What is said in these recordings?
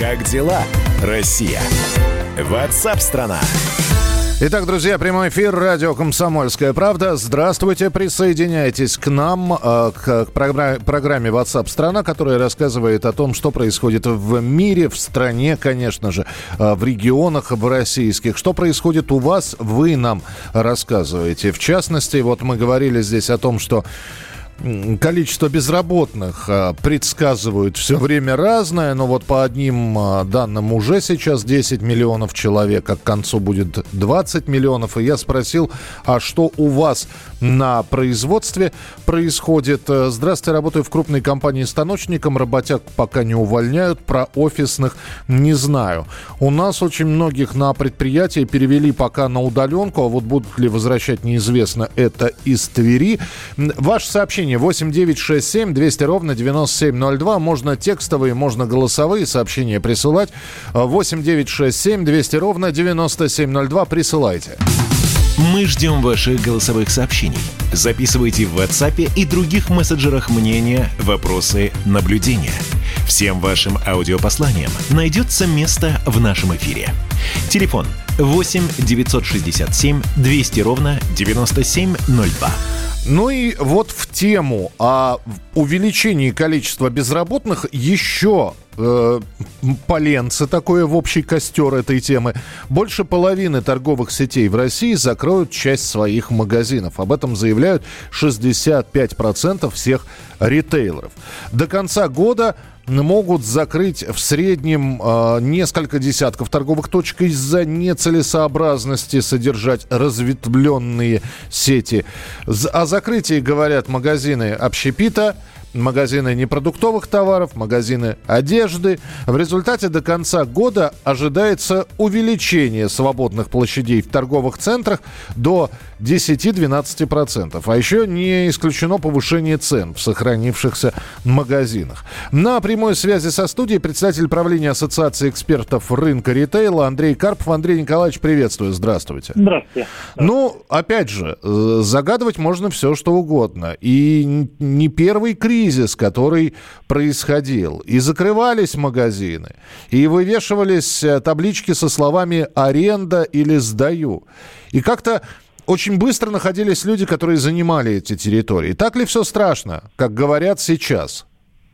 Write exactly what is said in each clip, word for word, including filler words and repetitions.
Как дела, Россия? Ватсап-страна! Итак, друзья, прямой эфир радио «Комсомольская правда». Здравствуйте, присоединяйтесь к нам, э, к программе, программе WhatsApp страна, которая рассказывает о том, что происходит в мире, в стране, конечно же, э, в регионах, в российских. Что происходит у вас, вы нам рассказываете. В частности, вот мы говорили здесь о том, что количество безработных предсказывают все время разное, но вот по одним данным уже сейчас десять миллионов человек, а к концу будет двадцать миллионов. И я спросил, а что у вас на производстве происходит? Здравствуйте, работаю в крупной компании станочником, работяг пока не увольняют, про офисных не знаю. У нас очень многих на предприятии перевели пока на удаленку, а вот будут ли возвращать, неизвестно. Это из Твери. Ваше сообщение восемь девятьсот шестьдесят семь двести ровно девяносто семь ноль два. Можно текстовые, можно голосовые сообщения присылать. восемь девятьсот шестьдесят семь двести ровно девяносто семь ноль два. Присылайте. Мы ждем ваших голосовых сообщений. Записывайте в WhatsApp и других мессенджерах мнения, вопросы, наблюдения. Всем вашим аудиопосланиям найдется место в нашем эфире. Телефон восемь девятьсот шестьдесят семь двести ровно девяносто семь ноль два. Ну и вот в тему о увеличении количества безработных еще э, поленце такое в общий костер этой темы. Больше половины торговых сетей в России закроют часть своих магазинов. Об этом заявляют шестьдесят пять процентов всех ритейлеров. До конца года могут закрыть в среднем э, несколько десятков торговых точек из-за нецелесообразности содержать разветвленные сети. О закрытии говорят магазины общепита, магазины непродуктовых товаров, магазины одежды. В результате до конца года ожидается увеличение свободных площадей в торговых центрах до десять-двенадцать процентов. А еще не исключено повышение цен в сохранившихся магазинах. На прямой связи со студией председатель правления Ассоциации экспертов рынка ритейла Андрей Карпов. Андрей Николаевич, приветствую. Здравствуйте. Здравствуйте. Ну, опять же, загадывать можно все, что угодно. И не первый кризис, который происходил. И закрывались магазины, и вывешивались таблички со словами «аренда» или «сдаю». И как-то очень быстро находились люди, которые занимали эти территории. Так ли все страшно, как говорят сейчас?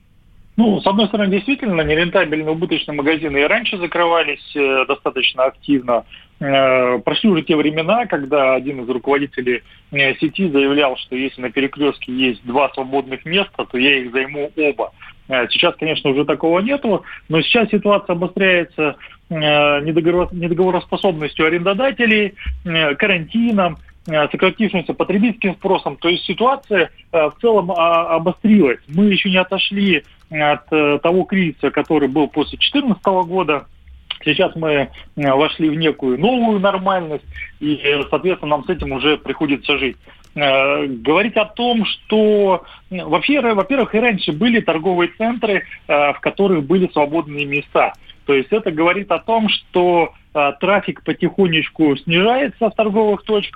Ну, с одной стороны, действительно, нерентабельные убыточные магазины и раньше закрывались э, достаточно активно. Э, прошли уже те времена, когда один из руководителей э, сети заявлял, что если на перекрестке есть два свободных места, то я их займу оба. Э, сейчас, конечно, уже такого нету, но сейчас ситуация обостряется э, недоговор... недоговороспособностью арендодателей, э, карантином, сократившимся потребительским спросом. То есть ситуация э, в целом а, обострилась. Мы еще не отошли от э, того кризиса, который был после две тысячи четырнадцатого года. Сейчас мы э, вошли в некую новую нормальность, и, э, соответственно, нам с этим уже приходится жить. Э, говорить о том, что э, вообще, во-первых, и раньше были торговые центры, э, в которых были свободные места. То есть это говорит о том, что э, трафик потихонечку снижается в торговых точках.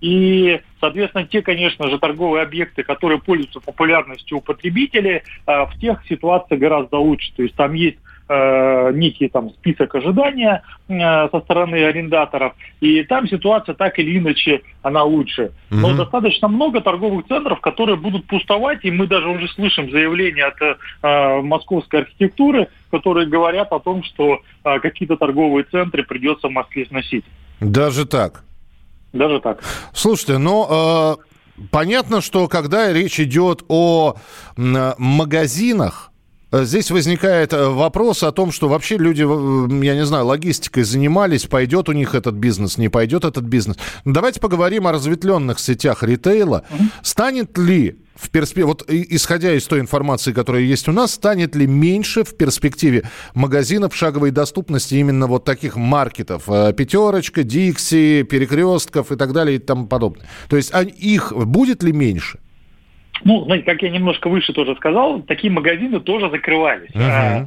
И, соответственно, те, конечно же, торговые объекты, которые пользуются популярностью у потребителей, в тех ситуация гораздо лучше. То есть там есть э, некий там список ожидания э, со стороны арендаторов, и там ситуация так или иначе, она лучше. Но mm-hmm. достаточно много торговых центров, которые будут пустовать, и мы даже уже слышим заявления от э, московской архитектуры, которые говорят о том, что э, какие-то торговые центры придется в Москве сносить. Даже так? Даже так. Слушайте, ну, э, понятно, что когда речь идет о э, магазинах, здесь возникает вопрос о том, что вообще люди, я не знаю, логистикой занимались, пойдет у них этот бизнес, не пойдет этот бизнес. Давайте поговорим о разветвленных сетях ритейла. Mm-hmm. Станет ли в перспективе, вот исходя из той информации, которая есть у нас, станет ли меньше в перспективе магазинов шаговой доступности именно вот таких маркетов? Пятерочка, Дикси, Перекрестков и так далее и тому подобное. То есть их будет ли меньше? Ну, знаете, как я немножко выше тоже сказал, такие магазины тоже закрывались. Uh-huh.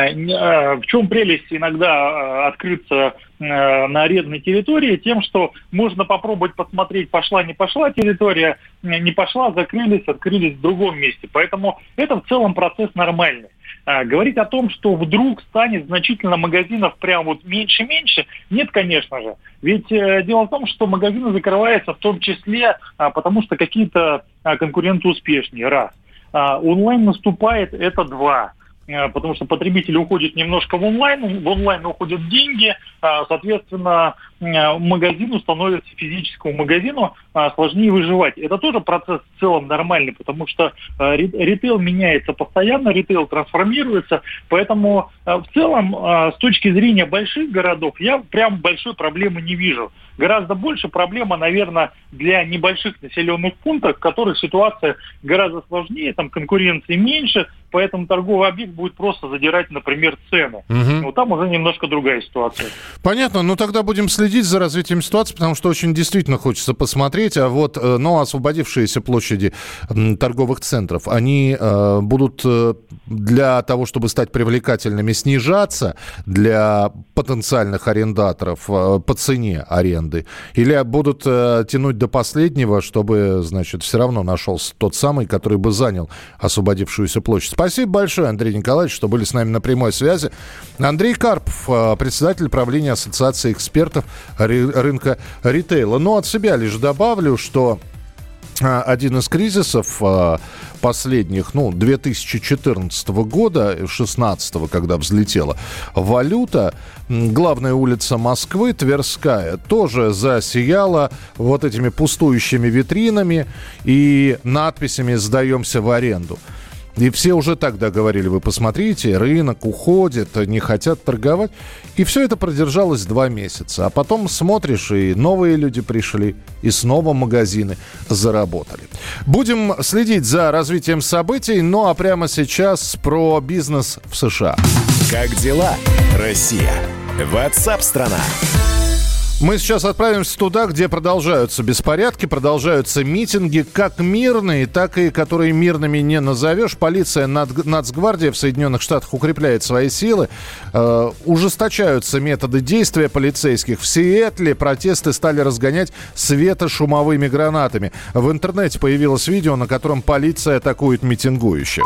В чем прелесть иногда открыться на арендной территории? Тем, что можно попробовать посмотреть, пошла, не пошла территория, не пошла, закрылись, открылись в другом месте. Поэтому это в целом процесс нормальный. А, говорить о том, что вдруг станет значительно магазинов прям вот меньше-меньше, нет, конечно же. Ведь э, дело в том, что магазины закрываются в том числе, а, потому что какие-то а, конкуренты успешнее, раз. А, онлайн наступает, это два. Потому что потребитель уходит немножко в онлайн, в онлайн уходят деньги, соответственно, магазину становится, физическому магазину сложнее выживать. Это тоже процесс в целом нормальный, потому что ритейл меняется постоянно, ритейл трансформируется, поэтому в целом с точки зрения больших городов я прям большой проблемы не вижу. Гораздо больше проблема, наверное, для небольших населенных пунктов, в которых ситуация гораздо сложнее, там конкуренции меньше, поэтому торговый объект будет просто задирать, например, цены. Угу. Вот там уже немножко другая ситуация. Понятно, ну тогда будем следить за развитием ситуации, потому что очень действительно хочется посмотреть, а вот, ну, освободившиеся площади торговых центров, они э, будут для того, чтобы стать привлекательными, снижаться для потенциальных арендаторов э, по цене аренды? Или будут э, тянуть до последнего, чтобы, значит, все равно нашелся тот самый, который бы занял освободившуюся площадь? Спасибо большое, Андрей Николаевич, что были с нами на прямой связи. Андрей Карпов, э, председатель правления Ассоциации экспертов ри- рынка ритейла. Ну, от себя лишь добавлю, что один из кризисов последних, ну, две тысячи четырнадцатого года, шестнадцатого, когда взлетела валюта, главная улица Москвы, Тверская, тоже засияла вот этими пустующими витринами и надписями «Сдаемся в аренду». И все уже тогда говорили, вы посмотрите, рынок уходит, не хотят торговать. И все это продержалось два месяца. А потом смотришь, и новые люди пришли, и снова магазины заработали. Будем следить за развитием событий. Ну а прямо сейчас про бизнес в США. Как дела, Россия? WhatsApp-страна. Мы сейчас отправимся туда, где продолжаются беспорядки, продолжаются митинги, как мирные, так и которые мирными не назовешь. Полиция, Нацгвардия в Соединенных Штатах укрепляет свои силы. Э, ужесточаются методы действия полицейских. В Сиэтле протесты стали разгонять светошумовыми гранатами. В интернете появилось видео, на котором полиция атакует митингующих.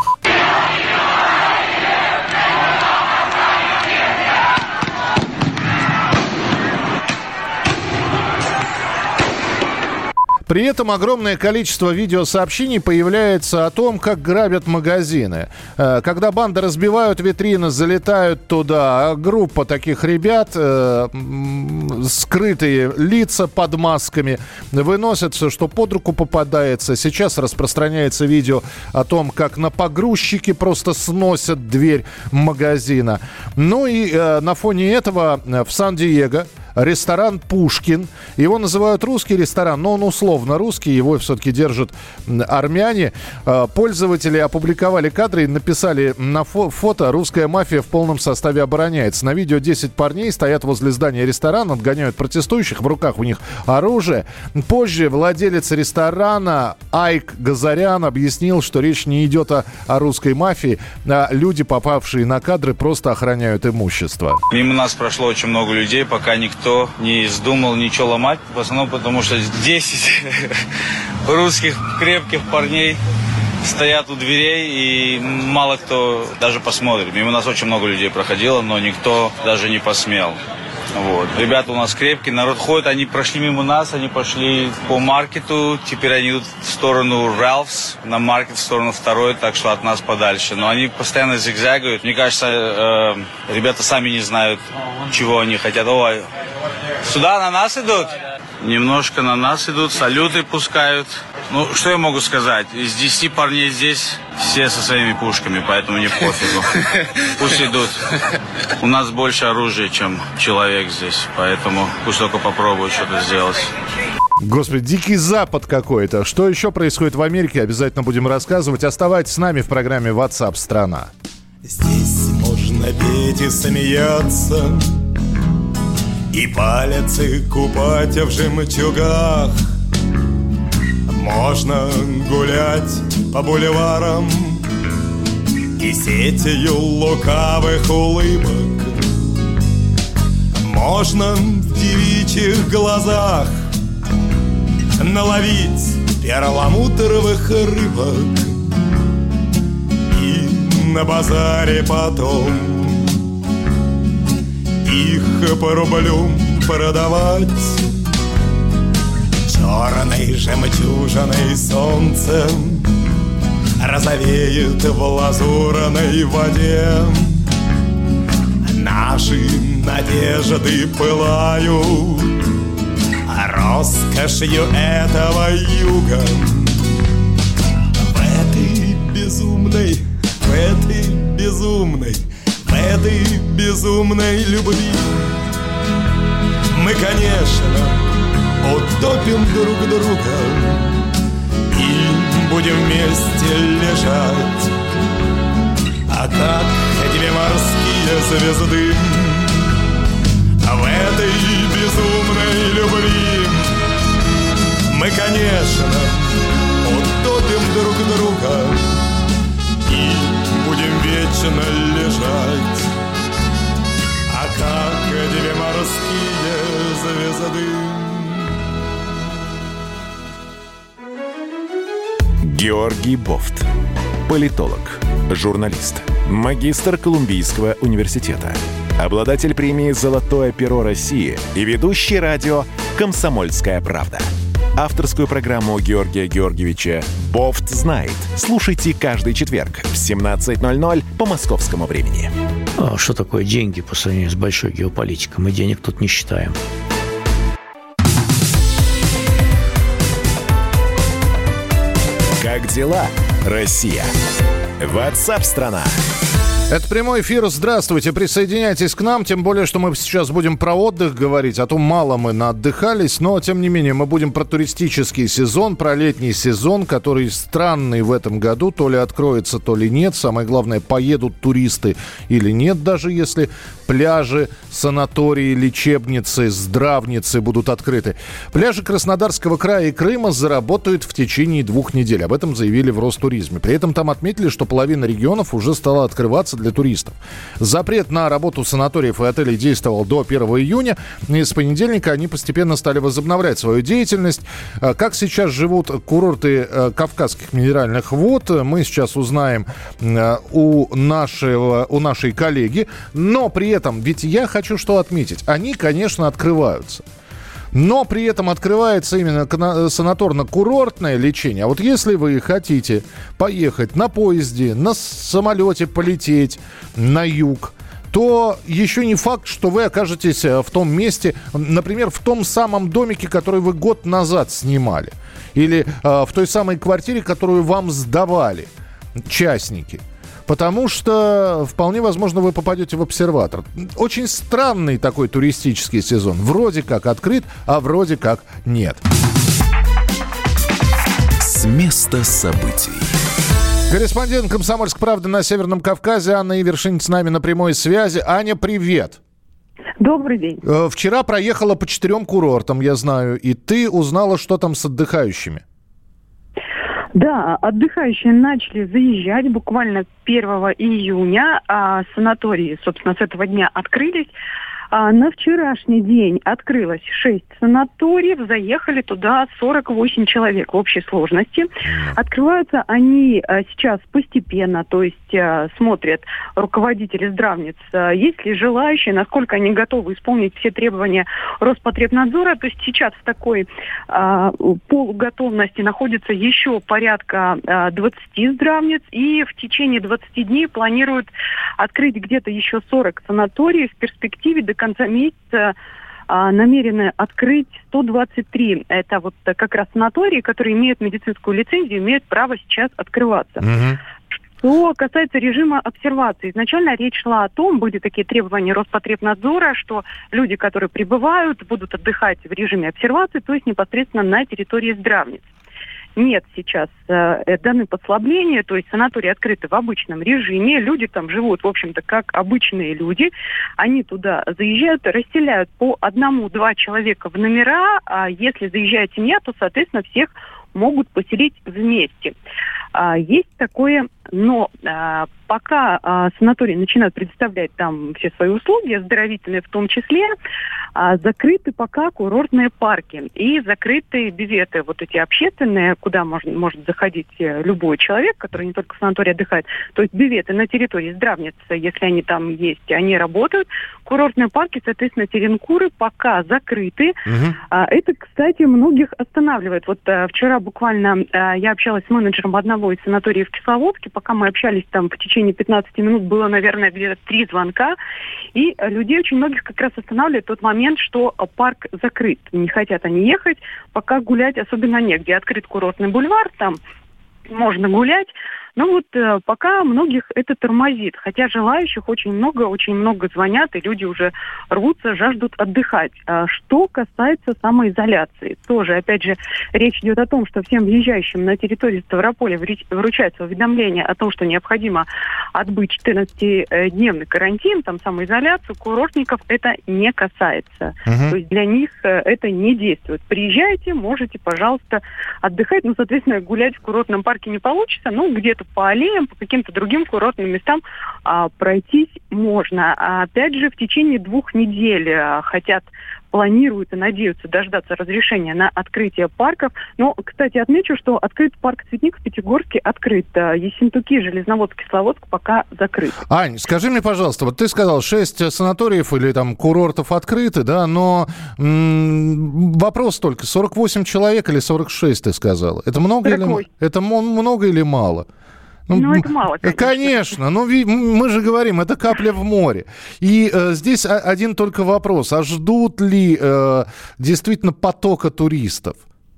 При этом огромное количество видеосообщений появляется о том, как грабят магазины. Когда банды разбивают витрины, залетают туда, группа таких ребят, э, скрытые лица под масками, выносят все, что под руку попадается. Сейчас распространяется видео о том, как на погрузчике просто сносят дверь магазина. Ну и э, на фоне этого в Сан-Диего ресторан «Пушкин». Его называют русский ресторан, но он условно русский. Его все-таки держат армяне. Пользователи опубликовали кадры и написали на фо- фото «Русская мафия в полном составе обороняется». На видео десять парней стоят возле здания ресторана, отгоняют протестующих. В руках у них оружие. Позже владелец ресторана Айк Газарян объяснил, что речь не идет о, о русской мафии, а люди, попавшие на кадры, просто охраняют имущество. Мимо нас прошло очень много людей, пока никто Никто не вздумал ничего ломать, в основном потому, что десять русских крепких парней стоят у дверей, и мало кто даже посмотрит. Мимо нас очень много людей проходило, но никто даже не посмел. Вот. Ребята у нас крепкие, народ ходит, они прошли мимо нас, они пошли по маркету, теперь они идут в сторону Ralph's, на маркет, в сторону второй, так что от нас подальше. Но они постоянно зигзагают. Мне кажется, э, ребята сами не знают, чего они хотят. Ой, сюда на нас идут? Немножко на нас идут, салюты пускают. Ну, что я могу сказать? Из десяти парней здесь все со своими пушками, поэтому не пофигу. Пусть идут. У нас больше оружия, чем человек здесь, поэтому пусть только попробуют что-то сделать. Господи, дикий запад какой-то. Что еще происходит в Америке, обязательно будем рассказывать. Оставайтесь с нами в программе WhatsApp страна. Здесь можно петь и смеяться, и пальцы купать в жемчугах. Можно гулять по бульварам и сетью лукавых улыбок. Можно в девичьих глазах наловить перламутровых рыбок и на базаре потом их по рублю продавать. Черной жемчужиной солнцем розовеет в лазурной воде. Наши надежды пылают роскошью этого юга. В этой безумной, в этой безумной, в этой безумной любви мы, конечно, утопим друг друга и будем вместе лежать. А как две морские звезды в этой безумной любви мы, конечно, утопим друг друга и будем вечно лежать. А как две морские звезды. Георгий Бофт. Политолог, журналист, магистр Колумбийского университета, обладатель премии «Золотое перо России» и ведущий радио «Комсомольская правда». Авторскую программу Георгия Георгиевича «Бофт знает». Слушайте каждый четверг в семнадцать ноль ноль по московскому времени. А что такое деньги по сравнению с большой геополитикой? Мы денег тут не считаем. Как дела, Россия? WhatsApp-страна. Это прямой эфир. Здравствуйте, присоединяйтесь к нам. Тем более, что мы сейчас будем про отдых говорить. А то мало мы наотдыхались. Но, тем не менее, мы будем про туристический сезон, про летний сезон, который странный в этом году. То ли откроется, то ли нет. Самое главное, поедут туристы или нет, даже если пляжи, санатории, лечебницы, здравницы будут открыты. Пляжи Краснодарского края и Крыма заработают в течение двух недель. Об этом заявили в Ростуризме. При этом там отметили, что половина регионов уже стала открываться для туристов. Запрет на работу санаториев и отелей действовал до первого июня. И с понедельника они постепенно стали возобновлять свою деятельность. Как сейчас живут курорты Кавказских минеральных вод, мы сейчас узнаем у нашего, у нашей коллеги. Но при этом, ведь я хочу что отметить, они, конечно, открываются. Но при этом открывается именно санаторно-курортное лечение. А вот если вы хотите поехать на поезде, на самолете полететь на юг, то еще не факт, что вы окажетесь в том месте, например, в том самом домике, который вы год назад снимали. Или э, в той самой квартире, которую вам сдавали частники. Потому что вполне возможно вы попадете в обсерватор. Очень странный такой туристический сезон. Вроде как открыт, а вроде как нет. С места событий. Корреспондент «Комсомольской правды» на Северном Кавказе Анна Ивершин с нами на прямой связи. Аня, привет. Добрый день. Вчера проехала по четырем курортам, я знаю, и ты узнала, что там с отдыхающими. Да, отдыхающие начали заезжать буквально первого июня, а санатории, собственно, с этого дня открылись. А на вчерашний день открылось шесть санаториев, заехали туда сорок восемь человек в общей сложности. Открываются они сейчас постепенно, то есть смотрят руководители здравниц, есть ли желающие, насколько они готовы исполнить все требования Роспотребнадзора. То есть сейчас в такой а, полуготовности находится еще порядка а, двадцати здравниц, и в течение двадцати дней планируют открыть где-то еще сорок санаториев. В перспективе до конца месяца а, намерены открыть сто двадцать три. Это вот как раз санатории, которые имеют медицинскую лицензию, имеют право сейчас открываться. Mm-hmm. Что касается режима обсервации, изначально речь шла о том, были такие требования Роспотребнадзора, что люди, которые прибывают, будут отдыхать в режиме обсервации, то есть непосредственно на территории здравниц. Нет сейчас э, даны послабления, то есть санатории открыты в обычном режиме, люди там живут, в общем-то, как обычные люди, они туда заезжают, расселяют по одному-два человека в номера, а если заезжает семья, то, соответственно, всех могут поселить вместе. А, есть такое но а, пока а, санатории начинают предоставлять там все свои услуги, оздоровительные в том числе, а, закрыты пока курортные парки и закрыты бюветы, вот эти общественные, куда можно, может заходить любой человек, который не только в санатории отдыхает. То есть бюветы на территории здравницы, если они там есть, они работают. Курортные парки, соответственно, теренкуры пока закрыты. Угу. А, это, кстати, многих останавливает. Вот а, вчера буквально а, я общалась с менеджером одного из санаториев в Кисловодске. Пока мы общались там в течение пятнадцати минут, было, наверное, где-то три звонка. И а, людей очень многих как раз останавливает тот момент, что а, парк закрыт. Не хотят они ехать, пока гулять особенно негде. Открыт курортный бульвар, там можно гулять. Но вот э, пока многих это тормозит. Хотя желающих очень много, очень много звонят, и люди уже рвутся, жаждут отдыхать. А что касается самоизоляции, тоже, опять же, речь идет о том, что всем въезжающим на территорию Ставрополя вручается уведомление о том, что необходимо отбыть четырнадцатидневный карантин, там самоизоляцию. Курортников это не касается. Uh-huh. То есть для них э, это не действует. Приезжайте, можете, пожалуйста, отдыхать. Ну, соответственно, гулять в курортном парке не получится, ну, где-то по аллеям, по каким-то другим курортным местам а, пройтись можно. А, опять же, в течение двух недель а, хотят, планируют и надеются дождаться разрешения на открытие парков. Но, кстати, отмечу, что открыт парк «Цветник» в Пятигорске открыт. Ессентуки, Железноводск, Кисловодск пока закрыт. Ань, скажи мне, пожалуйста, вот ты сказал, шесть санаториев или там курортов открыты, да, но м- вопрос только, сорок восемь человек или сорок шесть, ты сказала? Это много или, это много или мало? Ну, ну, это мало, конечно. Конечно. Ну, мы же говорим, это капля в море. И э, здесь один только вопрос. А ждут ли э, действительно потока туристов?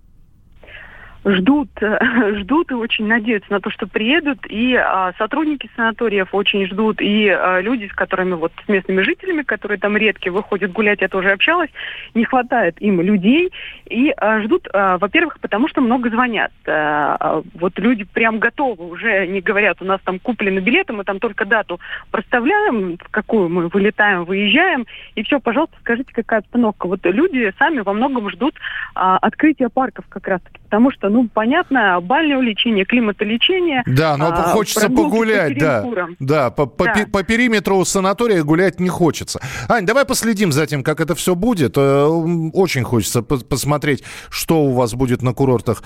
Ждут, ждут и очень надеются на то, что приедут. И а, сотрудники санаториев очень ждут. И а, люди, с которыми, вот с местными жителями, которые там редко выходят гулять, я тоже общалась, не хватает им людей. И а, ждут, а, во-первых, потому что много звонят. А, вот люди прям готовы, уже не говорят, у нас там куплены билеты, мы там только дату проставляем, в какую мы вылетаем, выезжаем. И все, пожалуйста, скажите, какая обстановка. Вот люди сами во многом ждут а, открытия парков как раз-таки. Потому что, ну, понятно, бальное лечение, климатолечение. Да, но а, хочется погулять, да. Да, по, по, да. По, по периметру санатория гулять не хочется. Ань, давай последим за тем, как это все будет. Очень хочется посмотреть, что у вас будет на курортах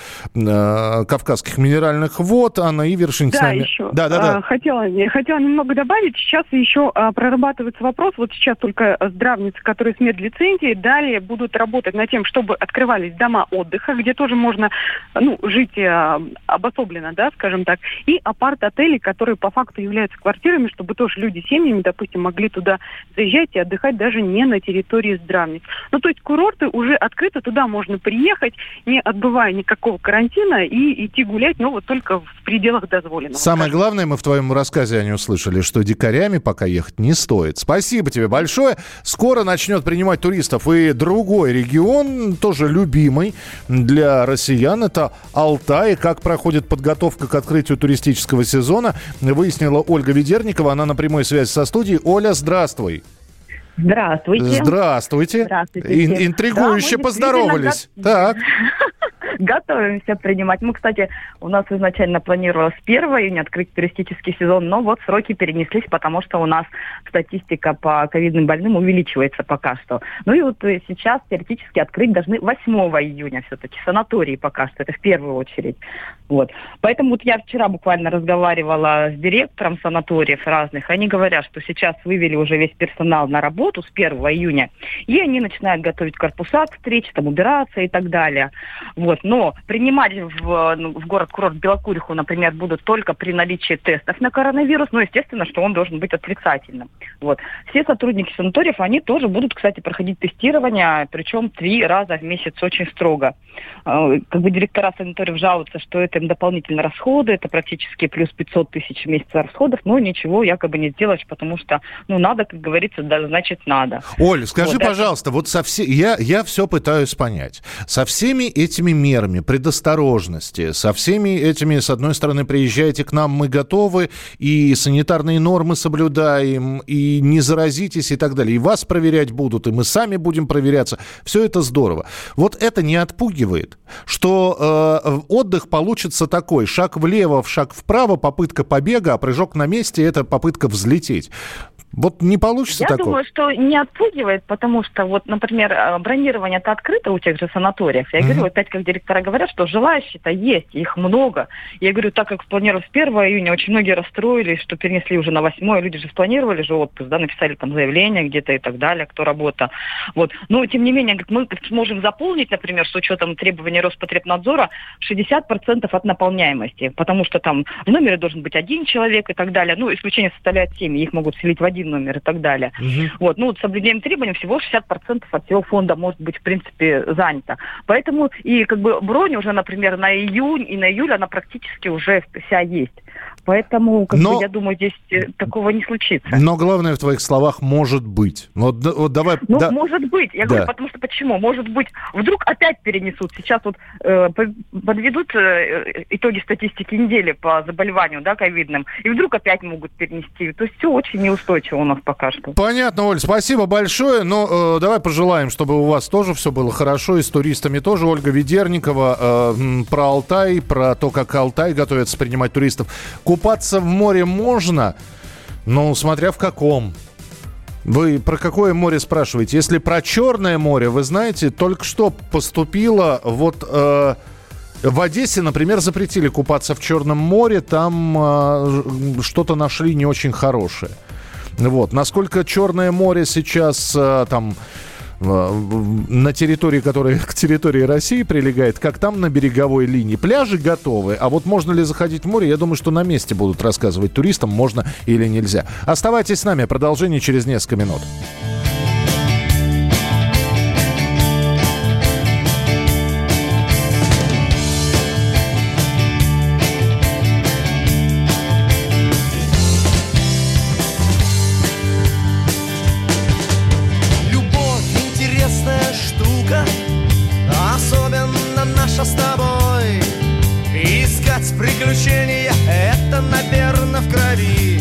э, Кавказских минеральных вод. Анна Ивершин да, с нами. Еще. Да, да, да. Хотела, хотела немного добавить. Сейчас еще а, прорабатывается вопрос. Вот сейчас только здравницы, которые с медлицензией, далее будут работать над тем, чтобы открывались дома отдыха, где тоже можно ну, жить э, обособленно, да, скажем так, и апарт-отели, которые по факту являются квартирами, чтобы тоже люди с семьями, допустим, могли туда заезжать и отдыхать даже не на территории здравниц. Ну, то есть курорты уже открыты, туда можно приехать, не отбывая никакого карантина, и идти гулять, но вот только в пределах дозволенного. Самое главное, мы в твоем рассказе, Аня, услышали, что дикарями пока ехать не стоит. Спасибо тебе большое. Скоро начнет принимать туристов и другой регион, тоже любимый для россиян. Это Алтай. Как проходит подготовка к открытию туристического сезона, выяснила Ольга Ведерникова. Она на прямой связи со студией. Оля, здравствуй. Здравствуйте. Здравствуйте. Здравствуйте. Ин- интригующе да, поздоровались. Го... Так. Готовимся принимать. Мы, кстати, у нас изначально планировалось с первого июня открыть туристический сезон, но вот сроки перенеслись, потому что у нас статистика по ковидным больным увеличивается пока что. Ну и вот сейчас теоретически открыть должны восьмого июня все-таки санатории пока что, это в первую очередь. Вот. Поэтому вот я вчера буквально разговаривала с директором санаториев разных, они говорят, что сейчас вывели уже весь персонал на работу с первого июня, и они начинают готовить корпуса к встрече, там убираться и так далее. Вот. Но принимать в, ну, в город-курорт Белокуриху, например, будут только при наличии тестов на коронавирус, но естественно, что он должен быть отрицательным. Вот. Все сотрудники санаториев, они тоже будут, кстати, проходить тестирование, причем три раза в месяц очень строго. Как бы директора санаториев жалуются, что это им дополнительные расходы, это практически плюс пятьсот тысяч в месяц расходов, но ничего якобы не сделаешь, потому что, ну, надо, как говорится, да, значит, надо. Оль, скажи, вот, пожалуйста, это... вот со все... я, я все пытаюсь понять. Со всеми этими мерами, мерами предосторожности, со всеми этими, с одной стороны, приезжайте к нам, мы готовы, и санитарные нормы соблюдаем, и не заразитесь, и так далее. И вас проверять будут, и мы сами будем проверяться. Все это здорово. Вот это не отпугивает, что э, отдых получится такой: шаг влево, шаг вправо, попытка побега, а прыжок на месте – это попытка взлететь. Вот не получится Я такого? думаю, что не отпугивает, потому что, вот, например, бронирование-то открыто у тех же санаториях. Я mm-hmm. говорю, опять как директора говорят, что желающие-то есть, их много. Я говорю, так как спланировали с первого июня, очень многие расстроились, что перенесли уже на восьмое. Люди же спланировали же отпуск, да, написали там заявление где-то и так далее, кто работа. Вот. Но, тем не менее, мы сможем заполнить, например, с учетом требований Роспотребнадзора, шестьдесят процентов от наполняемости, потому что там в номере должен быть один человек и так далее. Ну, исключение составляет семь, их могут селить в один номер и так далее. Uh-huh. Вот, ну, вот с соблюдением требований всего шестьдесят процентов от всего фонда может быть, в принципе, занято. Поэтому и как бы бронь уже, например, на июнь и на июль, она практически уже вся есть. Поэтому, как Но... бы, я думаю, здесь такого не случится. Но главное в твоих словах «может быть». Вот, вот давай... Ну, да. может быть. Я да. говорю, потому что почему? Может быть, вдруг опять перенесут. Сейчас вот э, подведут э, итоги статистики недели по заболеванию, да, ковидным, и вдруг опять могут перенести. То есть все очень неустойчиво у нас пока что. Понятно, Оль, спасибо большое. Но э, давай пожелаем, чтобы у вас тоже все было хорошо, и с туристами тоже. Ольга Ведерникова э, про Алтай, про то, как Алтай готовится принимать туристов. Купаться в море можно, но смотря в каком. Вы про какое море спрашиваете? Если про Черное море, вы знаете, только что поступило вот... Э, в Одессе, например, запретили купаться в Черном море. Там э, что-то нашли не очень хорошее. Вот. Насколько Черное море сейчас э, там... на территории, которая к территории России прилегает, как там на береговой линии. Пляжи готовы, а вот можно ли заходить в море, я думаю, что на месте будут рассказывать туристам, можно или нельзя. Оставайтесь с нами, продолжение через несколько минут. Приключения — это, наверное, в крови.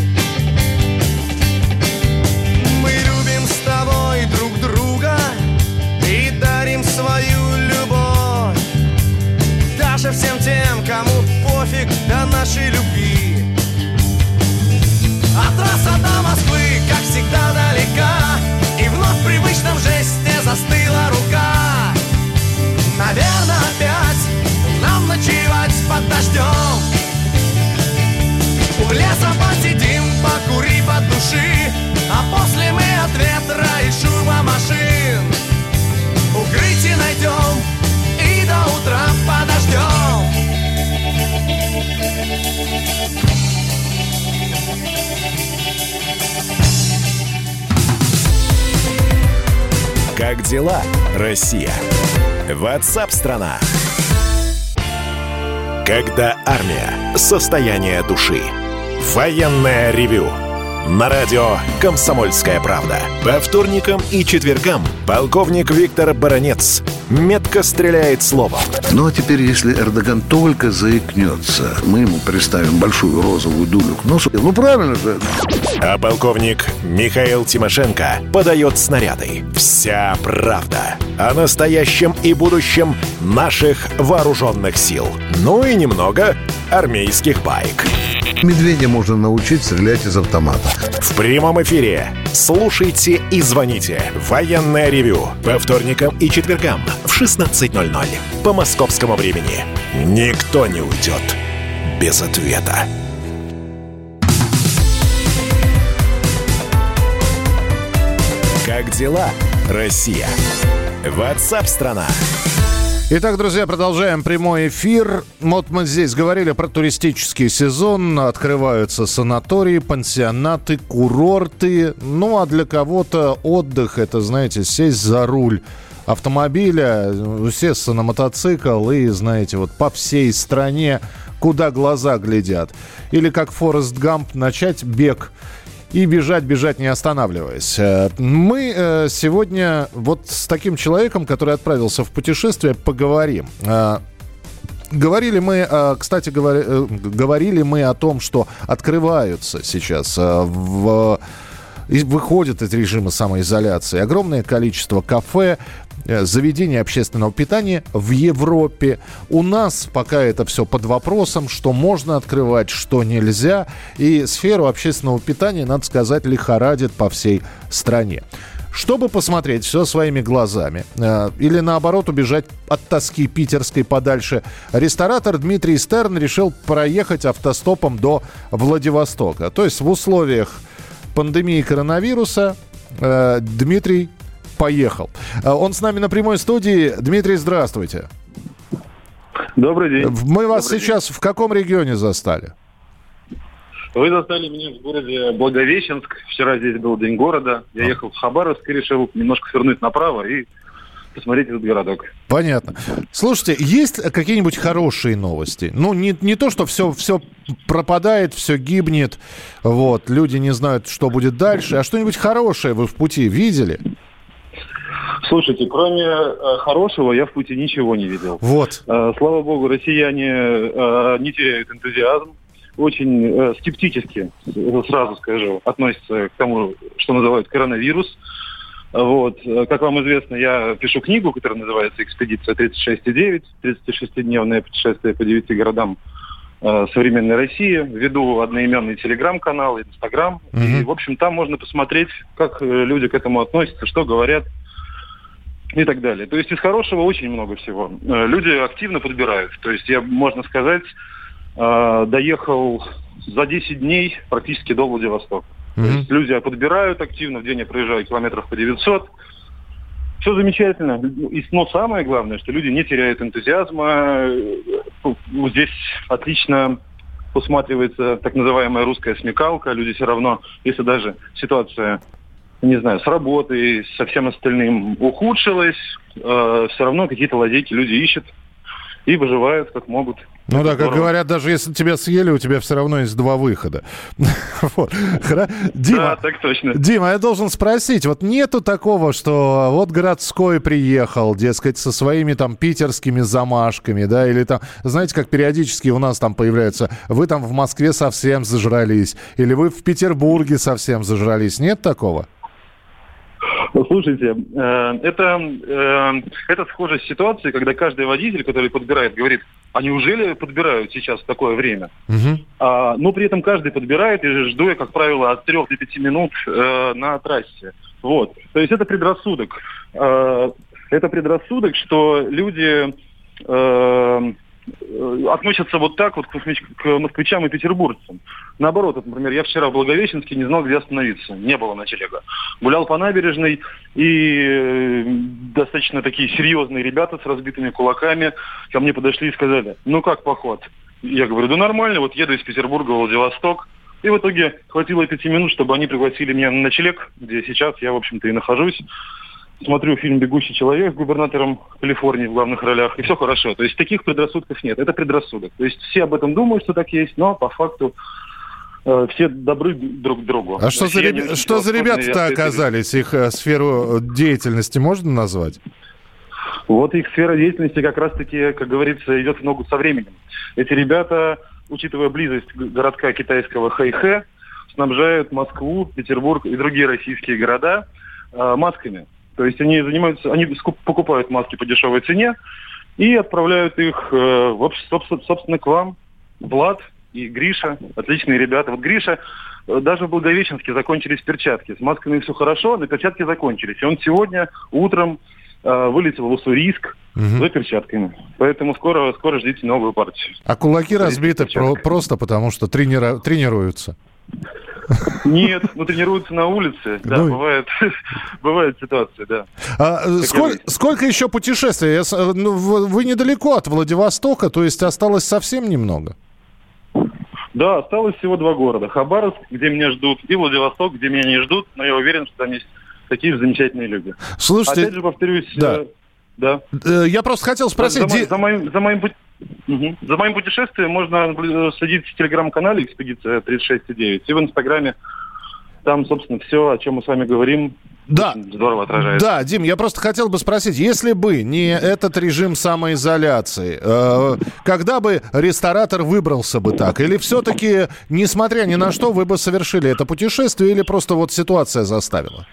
Мы любим с тобой друг друга и дарим свою любовь даже всем тем, кому пофиг до нашей любви. А трасса до Москвы, как всегда, далека, и вновь в привычном жесте застыла рука. Наверное, опять нам ночевать под дождем. У леса посидим, покури под души, а после мы от ветра и шума машин укрытие найдем и до утра подождем. Как дела, Россия? WhatsApp-страна. Когда армия. Состояние души. Военное ревю. На радио «Комсомольская правда». По вторникам и четвергам полковник Виктор Баранец метко стреляет словом. Ну а теперь, если Эрдоган только заикнется, мы ему приставим большую розовую дулю к носу. Ну правильно же. А полковник Михаил Тимошенко подает снаряды. Вся правда о настоящем и будущем наших вооруженных сил. Ну и немного армейских баек. Медведя можно научить стрелять из автомата. В прямом эфире слушайте и звоните. Военное ревю по вторникам и четвергам в шестнадцать ноль ноль по московскому времени. Никто не уйдет без ответа. Как дела, Россия? WhatsApp-страна. Итак, друзья, продолжаем прямой эфир. Вот мы здесь говорили про туристический сезон. Открываются санатории, пансионаты, курорты. Ну, а для кого-то отдых — это, знаете, сесть за руль автомобиля, усесться на мотоцикл и, знаете, вот по всей стране, куда глаза глядят. Или, как Форест Гамп, начать бег и бежать, бежать, не останавливаясь. Мы э, сегодня вот с таким человеком, который отправился в путешествие, поговорим. Э, Говорили мы, кстати, говорили мы о том, что открываются сейчас в... выходят из режима самоизоляции огромное количество кафе, заведений общественного питания в Европе. У нас пока это все под вопросом, что можно открывать, что нельзя. И сферу общественного питания, надо сказать, лихорадит по всей стране. Чтобы посмотреть все своими глазами э, или, наоборот, убежать от тоски питерской подальше, ресторатор Дмитрий Стерн решил проехать автостопом до Владивостока. То есть в условиях пандемии коронавируса э, Дмитрий поехал. Э, он с нами на прямой студии. Дмитрий, здравствуйте. Добрый день. Мы вас Добрый сейчас день. В каком регионе застали? Вы застали меня в городе Благовещенск. Вчера здесь был День города. Я а. ехал в Хабаровск и решил немножко свернуть направо и посмотреть этот городок. Понятно. Слушайте, есть какие-нибудь хорошие новости? Ну, не, не то, что все, все пропадает, все гибнет, вот, люди не знают, что будет дальше, а что-нибудь хорошее вы в пути видели? Слушайте, кроме э, хорошего, я в пути ничего не видел. Вот. Э, слава богу, россияне э, не теряют энтузиазм. Очень э, скептически, сразу скажу, относятся к тому, что называют коронавирус. Вот. Как вам известно, я пишу книгу, которая называется «Экспедиция тридцать шесть девять», тридцатишестидневное путешествие по девяти городам э, современной России. Веду одноименный телеграм-канал, инстаграм. Mm-hmm. И, в общем, там можно посмотреть, как люди к этому относятся, что говорят и так далее. То есть из хорошего очень много всего. Люди активно подбирают. То есть я, можно сказать, доехал за десять дней практически до Владивостока. Mm-hmm. То есть люди подбирают активно, в день я проезжаю километров по девятьсот. Все замечательно. Но самое главное, что люди не теряют энтузиазма. Здесь отлично усматривается так называемая русская смекалка. Люди все равно, если даже ситуация, не знаю, с работой, со всем остальным ухудшилась, э, все равно какие-то лазейки люди ищут и выживают как могут. Ну да, как говорят, даже если тебя съели, у тебя все равно есть два выхода. Дима, да, так точно. Дима, я должен спросить, вот нету такого, что вот городской приехал, дескать, со своими там питерскими замашками, да, или там, знаете, как периодически у нас там появляются, вы там в Москве совсем зажрались, или вы в Петербурге совсем зажрались, нет такого? Слушайте, э, это, э, это схожая ситуация, когда каждый водитель, который подбирает, говорит, а неужели подбирают сейчас в такое время? Uh-huh. А, но при этом каждый подбирает, и жду я, как правило, от трех до пяти минут э, на трассе. Вот. То есть это предрассудок. Э, это предрассудок, что люди э, относятся вот так вот к, москвич, к москвичам и петербуржцам. Наоборот, вот, например, я вчера в Благовещенске не знал, где остановиться. Не было ночлега. Гулял по набережной, и достаточно такие серьезные ребята с разбитыми кулаками ко мне подошли и сказали, ну как поход? Я говорю, да нормально, вот еду из Петербурга в Владивосток. И в итоге хватило пяти минут, чтобы они пригласили меня на ночлег, где сейчас я, в общем-то, и нахожусь. Смотрю фильм «Бегущий человек» с губернатором Калифорнии в главных ролях, и все хорошо. То есть таких предрассудков нет. Это предрассудок. То есть все об этом думают, что так есть, но по факту э, все добры друг к другу. А что за, ребя... что за ребята-то оказались? Их э, сферу деятельности можно назвать? Вот их сфера деятельности как раз-таки, как говорится, идет в ногу со временем. Эти ребята, учитывая близость городка китайского Хэйхэ, снабжают Москву, Петербург и другие российские города э, масками. То есть они занимаются, они покупают маски по дешевой цене и отправляют их, э, собственно, к вам. Влад и Гриша, отличные ребята. Вот Гриша, э, даже в Благовещенске закончились перчатки. С масками все хорошо, но перчатки закончились. И он сегодня утром э, вылетел в Уссурийск угу. за перчатками. Поэтому скоро, скоро ждите новую партию. А кулаки разбиты про- просто потому, что тренира- тренируются? Нет, ну тренируются на улице, да, ну... бывает, бывает ситуация, да. А, сколь, сколько еще путешествий? Я, ну, вы недалеко от Владивостока, то есть осталось совсем немного? Да, осталось всего два города. Хабаровск, где меня ждут, и Владивосток, где меня не ждут, но я уверен, что там есть такие же замечательные люди. Слушайте... Опять же, повторюсь, да. Э, да. Я просто хотел спросить... За, за, моим, за, моим, угу. за моим путешествием можно следить в телеграм-канале «Экспедиция тридцать шесть девять» и в инстаграме. Там, собственно, все, о чем мы с вами говорим, Да. очень здорово отражается. Да, Дим, я просто хотел бы спросить, если бы не этот режим самоизоляции, э, когда бы ресторатор выбрался бы так? Или все-таки, несмотря ни на что, вы бы совершили это путешествие, или просто вот ситуация заставила?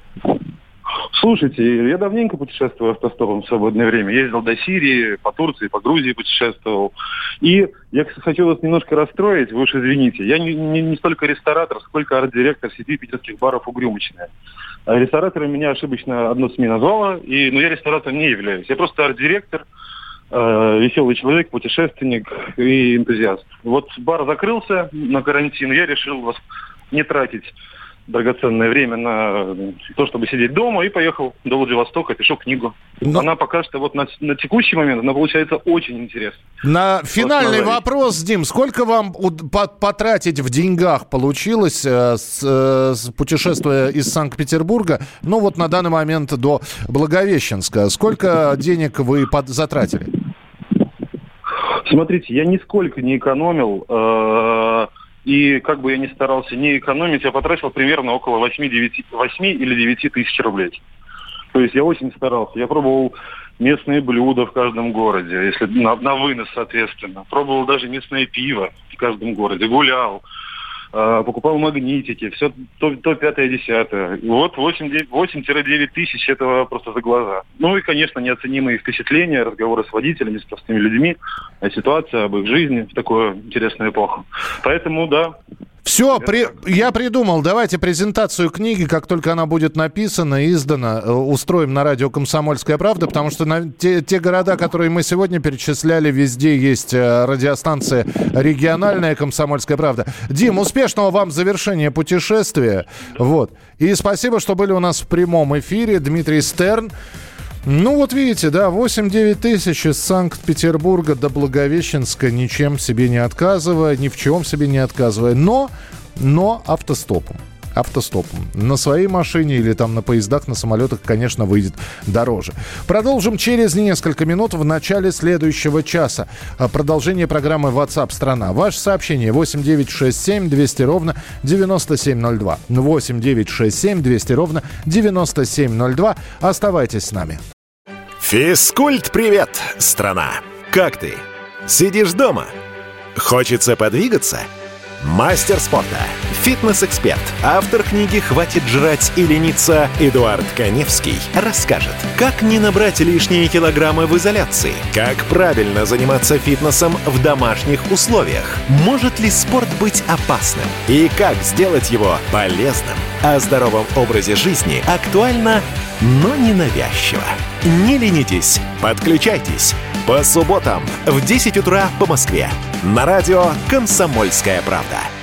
Слушайте, я давненько путешествую автостопом в свободное время. Ездил до Сирии, по Турции, по Грузии путешествовал. И я хочу вас немножко расстроить, вы уж извините. Я не, не, не столько ресторатор, сколько арт-директор сети питерских баров «Угрюмочная». А ресторатором меня ошибочно одно СМИ назвало, и, но я ресторатором не являюсь. Я просто арт-директор, э, веселый человек, путешественник и энтузиаст. Вот бар закрылся на карантин, я решил вас не тратить драгоценное время на то, чтобы сидеть дома, и поехал до Владивостока, пишу книгу. Но... Она пока что вот на, на текущий момент, она получается очень интересна. На финальный вот, вопрос, Дим, сколько вам потратить в деньгах получилось, э, с, э, с, путешествуя из Санкт-Петербурга, ну вот на данный момент до Благовещенска? Сколько денег вы под, затратили? Смотрите, я нисколько не экономил, э- И как бы я ни старался не экономить, я потратил примерно около восемь или девять тысяч рублей. То есть я очень старался. Я пробовал местные блюда в каждом городе, если на, на вынос, соответственно. Пробовал даже местное пиво в каждом городе. Гулял, э, покупал магнитики, все то, то пятое, десятое. Вот восемь-девять тысяч этого просто за глаза. Ну и, конечно, неоценимые впечатления, разговоры с водителями, с простыми людьми, ситуация об их жизни в такую интересную эпоху. Поэтому, да. Все, при... я придумал. Давайте презентацию книги, как только она будет написана, издана, устроим на радио «Комсомольская правда», потому что на те, те города, которые мы сегодня перечисляли, везде есть радиостанция региональная «Комсомольская правда». Дим, успешного вам завершения путешествия. Вот. И спасибо, что были у нас в прямом эфире. Дмитрий Стерн. Ну, вот видите, да, восемь-девять тысяч из Санкт-Петербурга до Благовещенска, ничем себе не отказывая, ни в чем себе не отказывая, но, но автостопом. Автостопом. На своей машине или там на поездах, на самолетах, конечно, выйдет дороже. Продолжим через несколько минут в начале следующего часа. Продолжение программы WhatsApp страна. Ваше сообщение восемь девять шесть семь двести ровно девяносто семь ноль два. восемь девять шесть семь двести ровно девяносто семь ноль два. Оставайтесь с нами. Физкульт-привет, страна! Как ты? Сидишь дома? Хочется подвигаться? Мастер спорта, фитнес-эксперт, автор книги «Хватит жрать и лениться» Эдуард Каневский расскажет, как не набрать лишние килограммы в изоляции, как правильно заниматься фитнесом в домашних условиях, может ли спорт быть опасным и как сделать его полезным. О здоровом образе жизни актуально, но не навязчиво. Не ленитесь, подключайтесь. По субботам в десять утра по Москве. На радио «Комсомольская правда».